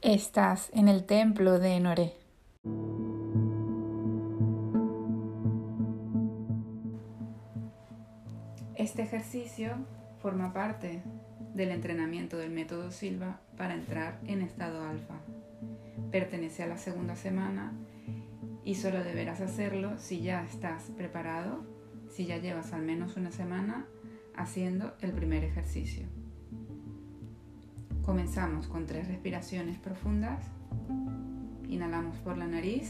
Estás en el templo de Noré. Este ejercicio forma parte del entrenamiento del método Silva para entrar en estado alfa. Pertenece a la segunda semana y solo deberás hacerlo si ya estás preparado, si ya llevas al menos una semana haciendo el primer ejercicio. Comenzamos con 3 respiraciones profundas. Inhalamos por la nariz,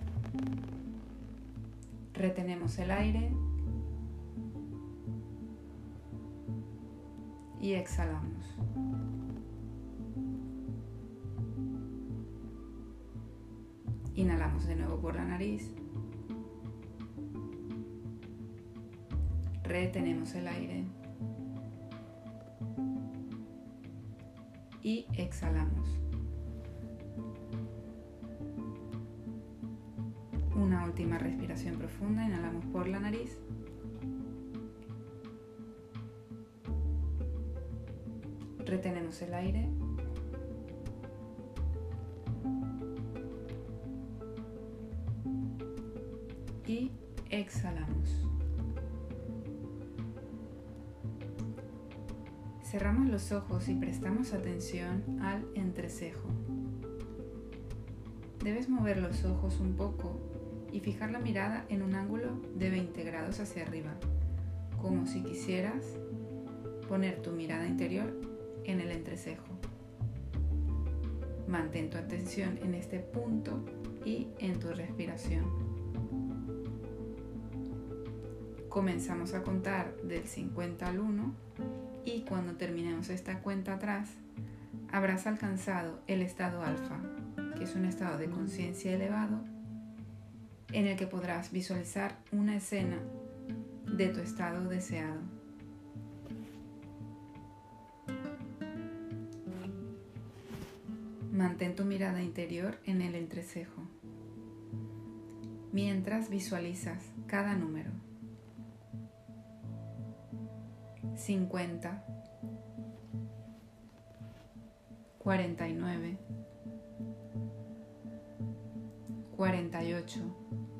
retenemos el aire y exhalamos. Inhalamos de nuevo por la nariz, retenemos el aire y exhalamos. Una última respiración profunda, inhalamos por la nariz, retenemos el aire y exhalamos. Cerramos los ojos y prestamos atención al entrecejo. Debes mover los ojos un poco y fijar la mirada en un ángulo de 20 grados hacia arriba, como si quisieras poner tu mirada interior en el entrecejo. Mantén tu atención en este punto y en tu respiración. Comenzamos a contar del 50 al 1 y cuando terminemos esta cuenta atrás, habrás alcanzado el estado alfa, que es un estado de conciencia elevado en el que podrás visualizar una escena de tu estado deseado. Mantén tu mirada interior en el entrecejo, mientras visualizas cada número. 50, 49, 48,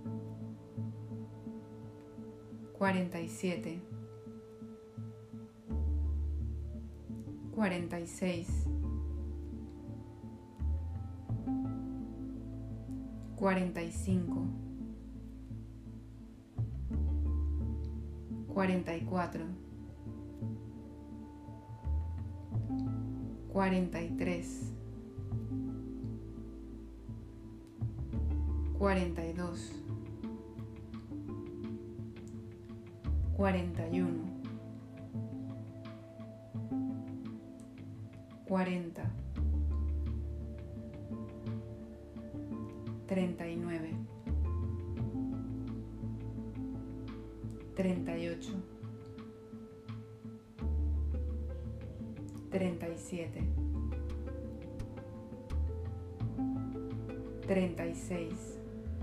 47, 46, 45, 44, 43, 42, 41, 40, 39, 38, 37, 36,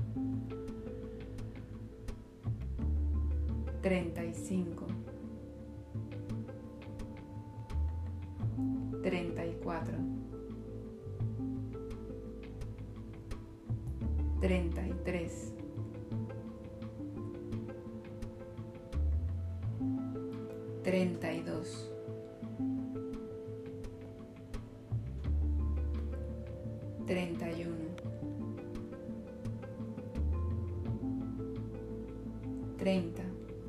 35, 34, 33, 32, 31, 30,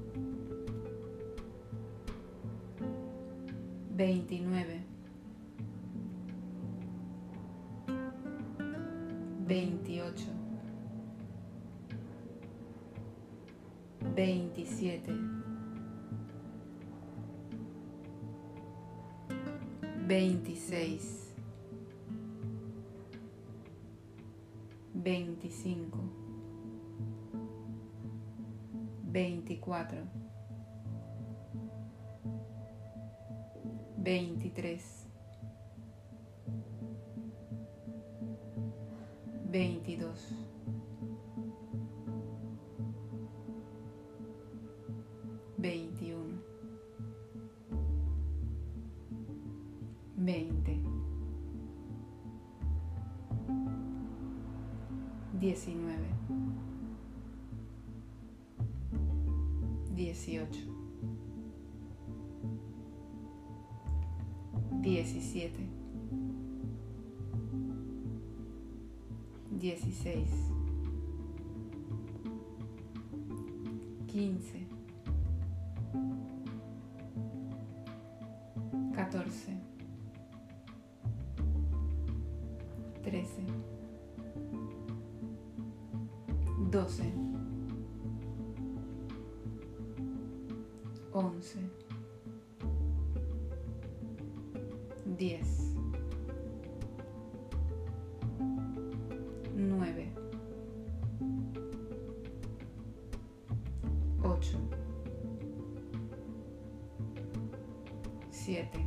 29, 28, 27, 26, 25, 24, 23, 22, 21, 20, 19, 18, 17, 16, 15, 14, 13, 12, 11, 10, 9, 8, 7,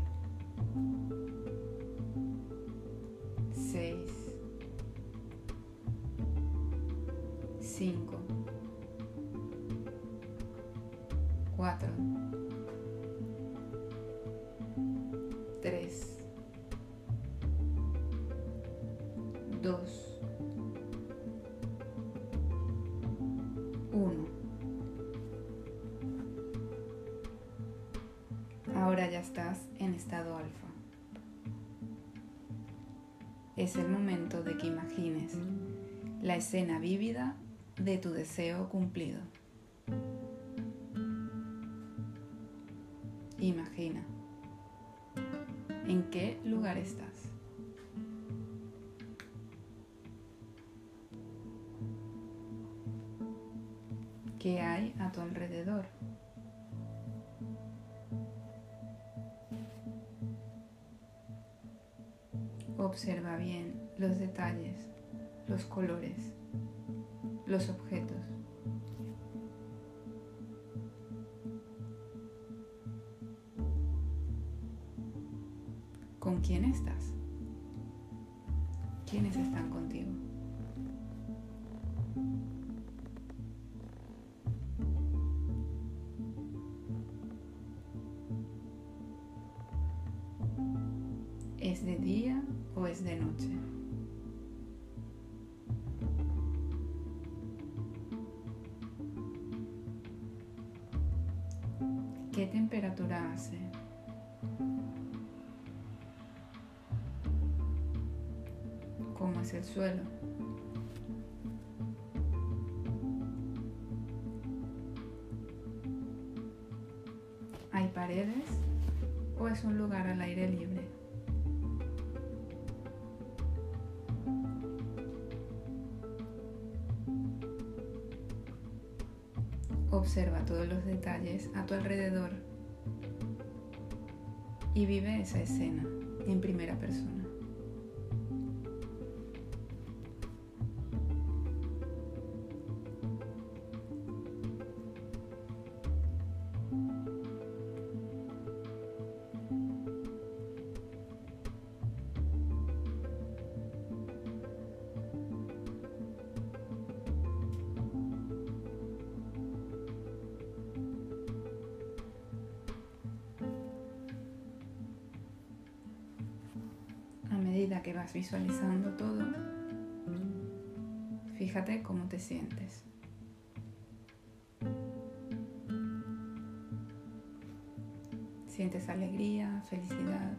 6, 5, 4, 3, 2, 1. Ahora ya estás en estado alfa. Es el momento de que imagines la escena vívida de tu deseo cumplido. Imagina en qué lugar estás. ¿Qué hay a tu alrededor? Observa bien los detalles, los colores, los objetos. ¿Con quién estás? ¿Quiénes están contigo? ¿Es de día o es de noche? ¿Qué temperatura hace? ¿Cómo es el suelo? ¿Hay paredes o es un lugar al aire libre? Observa todos los detalles a tu alrededor y vive esa escena en primera persona. A medida que vas visualizando todo, fíjate cómo te sientes. ¿Sientes alegría, felicidad?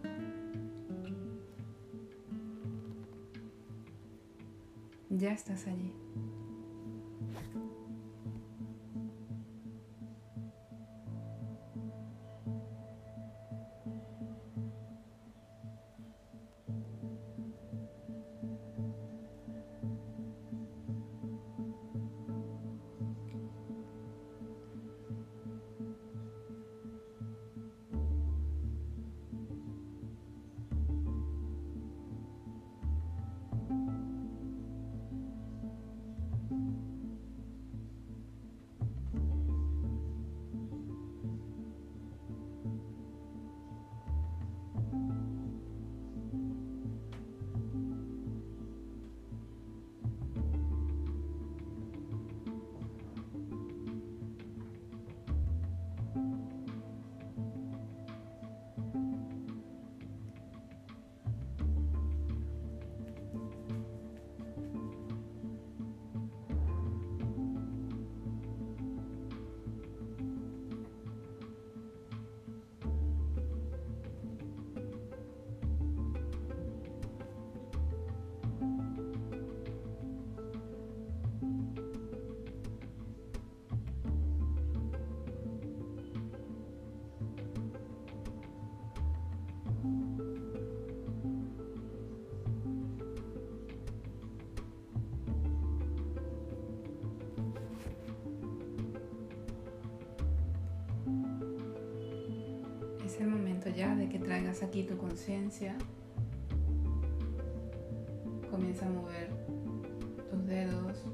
Ya estás allí. ya de que traigas aquí tu conciencia, comienza a mover tus dedos,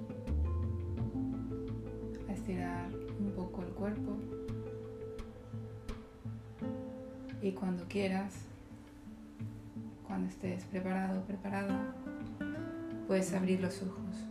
a estirar un poco el cuerpo y cuando quieras, cuando estés preparado o preparada, puedes abrir los ojos.